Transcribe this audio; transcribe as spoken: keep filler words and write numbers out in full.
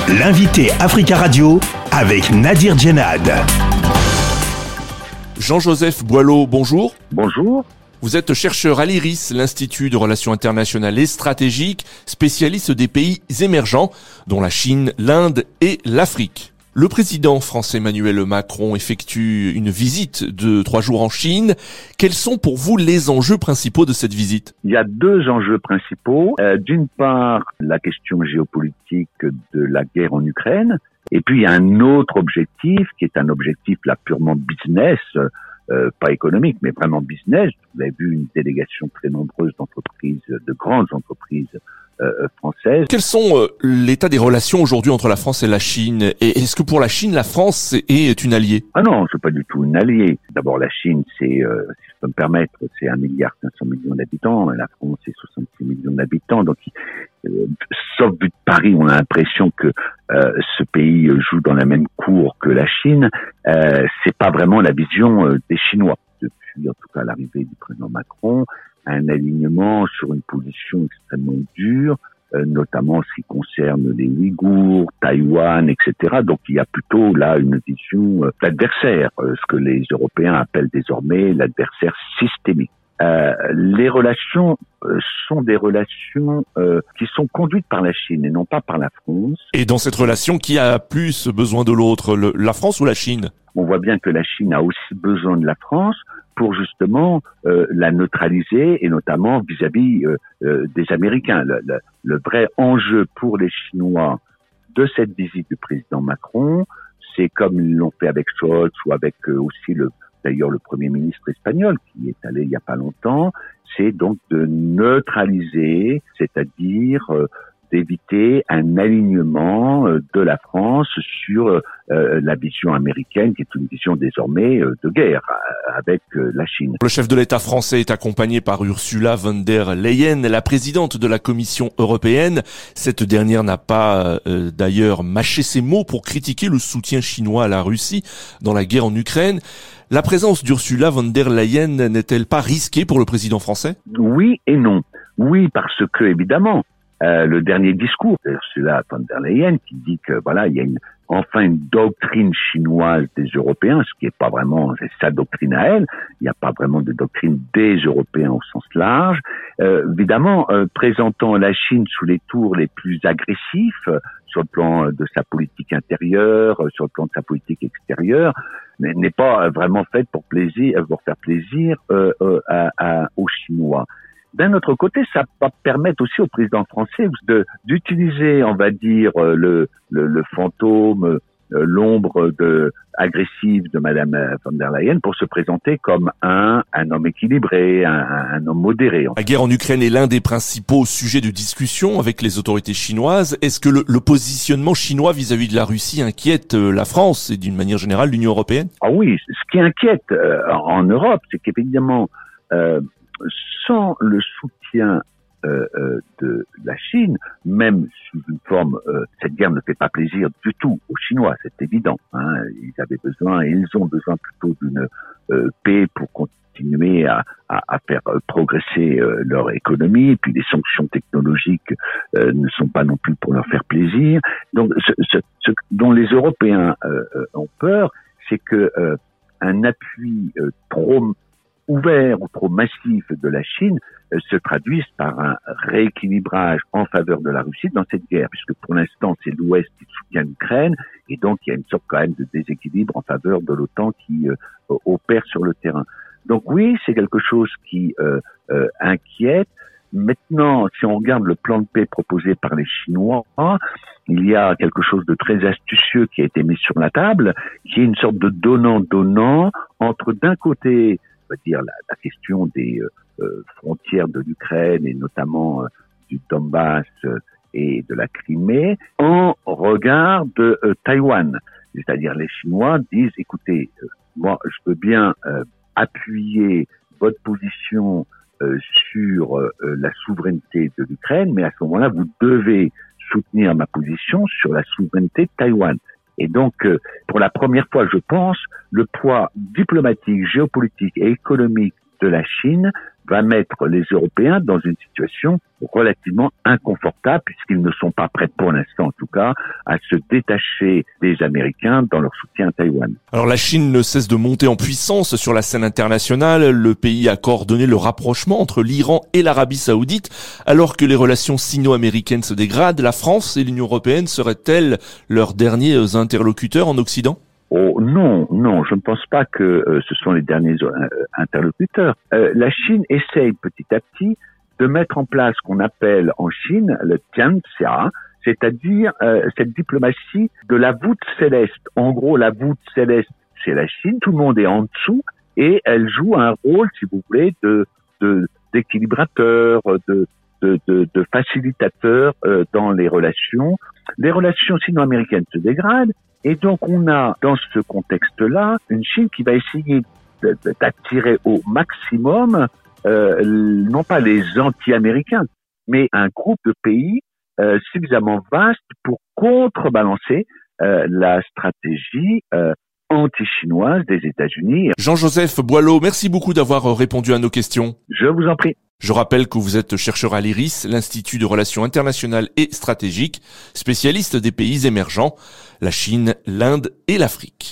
L'invité Africa Radio avec Nadir Djenad. Jean-Joseph Boileau, bonjour. Bonjour. Vous êtes chercheur à l'I R I S, l'Institut de Relations Internationales et Stratégiques, spécialiste des pays émergents, dont la Chine, l'Inde et l'Afrique. Le président français Emmanuel Macron effectue une visite de trois jours en Chine. Quels sont pour vous les enjeux principaux de cette visite ? Il y a deux enjeux principaux. Euh, d'une part, la question géopolitique de la guerre en Ukraine. Et puis, il y a un autre objectif qui est un objectif là purement business, euh, pas économique, mais vraiment business. Vous avez vu une délégation très nombreuse d'entreprises, de grandes entreprises Euh, française. Quels sont euh, l'état des relations aujourd'hui entre la France et la Chine ? Et est-ce que pour la Chine, la France est une alliée ? Ah non, c'est pas du tout une alliée. D'abord, la Chine, c'est, euh, si je peux me permettre, c'est un milliard cinq cents millions d'habitants. La France, c'est soixante-six millions d'habitants. Donc, euh, sauf vu de Paris, on a l'impression que euh, ce pays joue dans la même cour que la Chine. Euh, c'est pas vraiment la vision euh, des Chinois. Depuis, en tout cas, l'arrivée du président Macron, un alignement sur une position extrêmement dure, euh, notamment en ce qui concerne les Ouïghours, Taïwan, et cetera. Donc il y a plutôt là une vision euh, d'adversaire, euh, ce que les Européens appellent désormais l'adversaire systémique. Euh, les relations euh, sont des relations euh, qui sont conduites par la Chine et non pas par la France. Et dans cette relation, qui a plus besoin de l'autre, le, la France ou la Chine ? On voit bien que la Chine a aussi besoin de la France pour justement euh, la neutraliser et notamment vis-à-vis euh, euh, des Américains. Le, le, le vrai enjeu pour les Chinois de cette visite du président Macron, c'est comme ils l'ont fait avec Scholz ou avec euh, aussi le d'ailleurs le Premier ministre espagnol qui est allé il y a pas longtemps, c'est donc de neutraliser, c'est-à-dire euh, d'éviter un alignement de la France sur euh, la vision américaine, qui est une vision désormais euh, de guerre euh, avec euh, la Chine. Le chef de l'État français est accompagné par Ursula von der Leyen, la présidente de la Commission européenne. Cette dernière n'a pas euh, d'ailleurs mâché ses mots pour critiquer le soutien chinois à la Russie dans la guerre en Ukraine. La présence d'Ursula von der Leyen n'est-elle pas risquée pour le président français ? Oui et non. Oui, parce que évidemment, Euh, le dernier discours d'Ursula von der Leyen qui dit que voilà, il y a une, enfin une doctrine chinoise des Européens, ce qui est pas vraiment, c'est sa doctrine à elle. Il n'y a pas vraiment de doctrine des Européens au sens large. Euh, évidemment, euh, présentant la Chine sous les tours les plus agressifs euh, sur le plan de sa politique intérieure, euh, sur le plan de sa politique extérieure, n'est pas vraiment faite pour plaisir, pour faire plaisir euh, euh, à, à, aux Chinois. D'un autre côté, ça va permettre aussi au président français de d'utiliser, on va dire, le le, le fantôme, l'ombre de agressive de Madame von der Leyen pour se présenter comme un un homme équilibré, un, un homme modéré. La guerre en Ukraine est l'un des principaux sujets de discussion avec les autorités chinoises. Est-ce que le, le positionnement chinois vis-à-vis de la Russie inquiète la France et d'une manière générale l'Union européenne ? Ah oui, ce qui inquiète euh, en Europe, c'est qu'évidemment euh, sans le soutien euh, euh, de la Chine, même sous une forme, euh, cette guerre ne fait pas plaisir du tout aux Chinois, c'est évident. Hein, ils avaient besoin, et ils ont besoin plutôt d'une euh, paix pour continuer à, à, à faire progresser euh, leur économie. Et puis les sanctions technologiques euh, ne sont pas non plus pour leur faire plaisir. Donc, ce, ce, ce dont les Européens euh, ont peur, c'est que euh, un appui euh, trop ouvert ou trop massif de la Chine euh, se traduisent par un rééquilibrage en faveur de la Russie dans cette guerre, puisque pour l'instant c'est l'Ouest qui soutient l'Ukraine, et donc il y a une sorte quand même de déséquilibre en faveur de l'OTAN qui euh, opère sur le terrain. Donc oui, c'est quelque chose qui euh, euh, inquiète. Maintenant, si on regarde le plan de paix proposé par les Chinois, il y a quelque chose de très astucieux qui a été mis sur la table, qui est une sorte de donnant-donnant entre d'un côté, on va dire, la, la question des euh, frontières de l'Ukraine et notamment euh, du Donbass euh, et de la Crimée, en regard de euh, Taïwan. C'est-à-dire les Chinois disent, écoutez, euh, moi je peux bien euh, appuyer votre position euh, sur euh, la souveraineté de l'Ukraine, mais à ce moment-là, vous devez soutenir ma position sur la souveraineté de Taïwan. Et donc, euh, pour la première fois, je pense, le poids diplomatique, géopolitique et économique de la Chine va mettre les Européens dans une situation relativement inconfortable puisqu'ils ne sont pas prêts, pour l'instant en tout cas, à se détacher des Américains dans leur soutien à Taïwan. Alors la Chine ne cesse de monter en puissance sur la scène internationale. Le pays a coordonné le rapprochement entre l'Iran et l'Arabie Saoudite. Alors que les relations sino-américaines se dégradent, la France et l'Union européenne seraient-elles leurs derniers interlocuteurs en Occident ? Oh non, non, je ne pense pas que euh, ce sont les derniers euh, interlocuteurs. Euh, la Chine essaye petit à petit de mettre en place ce qu'on appelle en Chine le Tianxia, c'est-à-dire euh, cette diplomatie de la voûte céleste. En gros, la voûte céleste, c'est la Chine, tout le monde est en dessous et elle joue un rôle, si vous voulez, de, de d'équilibrateur, de, de, de, de facilitateur euh, dans les relations. Les relations sino-américaines se dégradent. Et donc, on a, dans ce contexte-là, une Chine qui va essayer d'attirer au maximum, euh, non pas les anti-américains, mais un groupe de pays euh, suffisamment vaste pour contrebalancer euh, la stratégie euh, anti-chinoise des États-Unis. Jean-Joseph Boileau, merci beaucoup d'avoir répondu à nos questions. Je vous en prie. Je rappelle que vous êtes chercheur à l'I R I S, l'Institut de Relations Internationales et Stratégiques, spécialiste des pays émergents, la Chine, l'Inde et l'Afrique.